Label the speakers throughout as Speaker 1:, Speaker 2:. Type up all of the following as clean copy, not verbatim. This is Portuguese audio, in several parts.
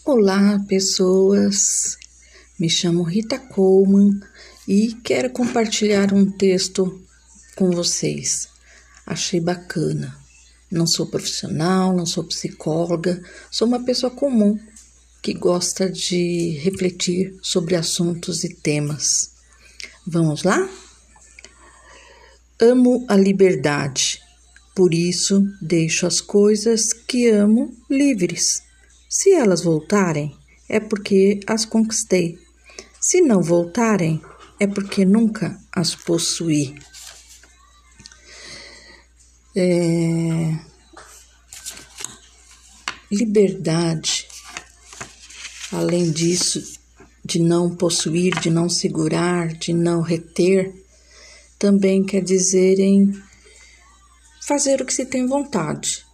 Speaker 1: Olá, pessoas! Me chamo Rita Coleman e quero compartilhar um texto com vocês. Achei bacana. Não sou profissional, não sou psicóloga, sou uma pessoa comum que gosta de refletir sobre assuntos e temas. Vamos lá? Amo a liberdade, por isso deixo as coisas que amo livres. Se elas voltarem, é porque as conquistei. Se não voltarem, é porque nunca as possuí. Liberdade, além disso, de não possuir, de não segurar, de não reter, também quer dizer em fazer o que se tem vontade,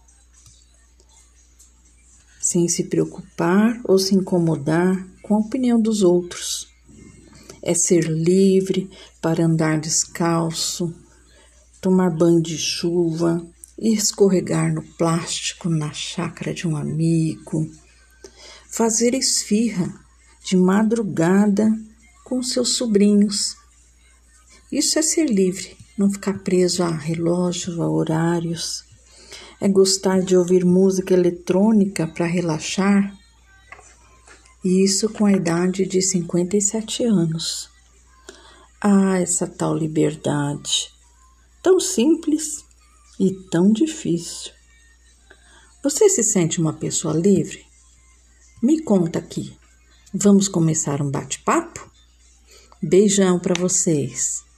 Speaker 1: sem se preocupar ou se incomodar com a opinião dos outros. É ser livre para andar descalço, tomar banho de chuva, escorregar no plástico na chácara de um amigo, fazer esfirra de madrugada com seus sobrinhos. Isso é ser livre, não ficar preso a relógios, a horários. É gostar de ouvir música eletrônica para relaxar. E isso com a idade de 57 anos. Ah, essa tal liberdade. Tão simples e tão difícil. Você se sente uma pessoa livre? Me conta aqui. Vamos começar um bate-papo? Beijão para vocês.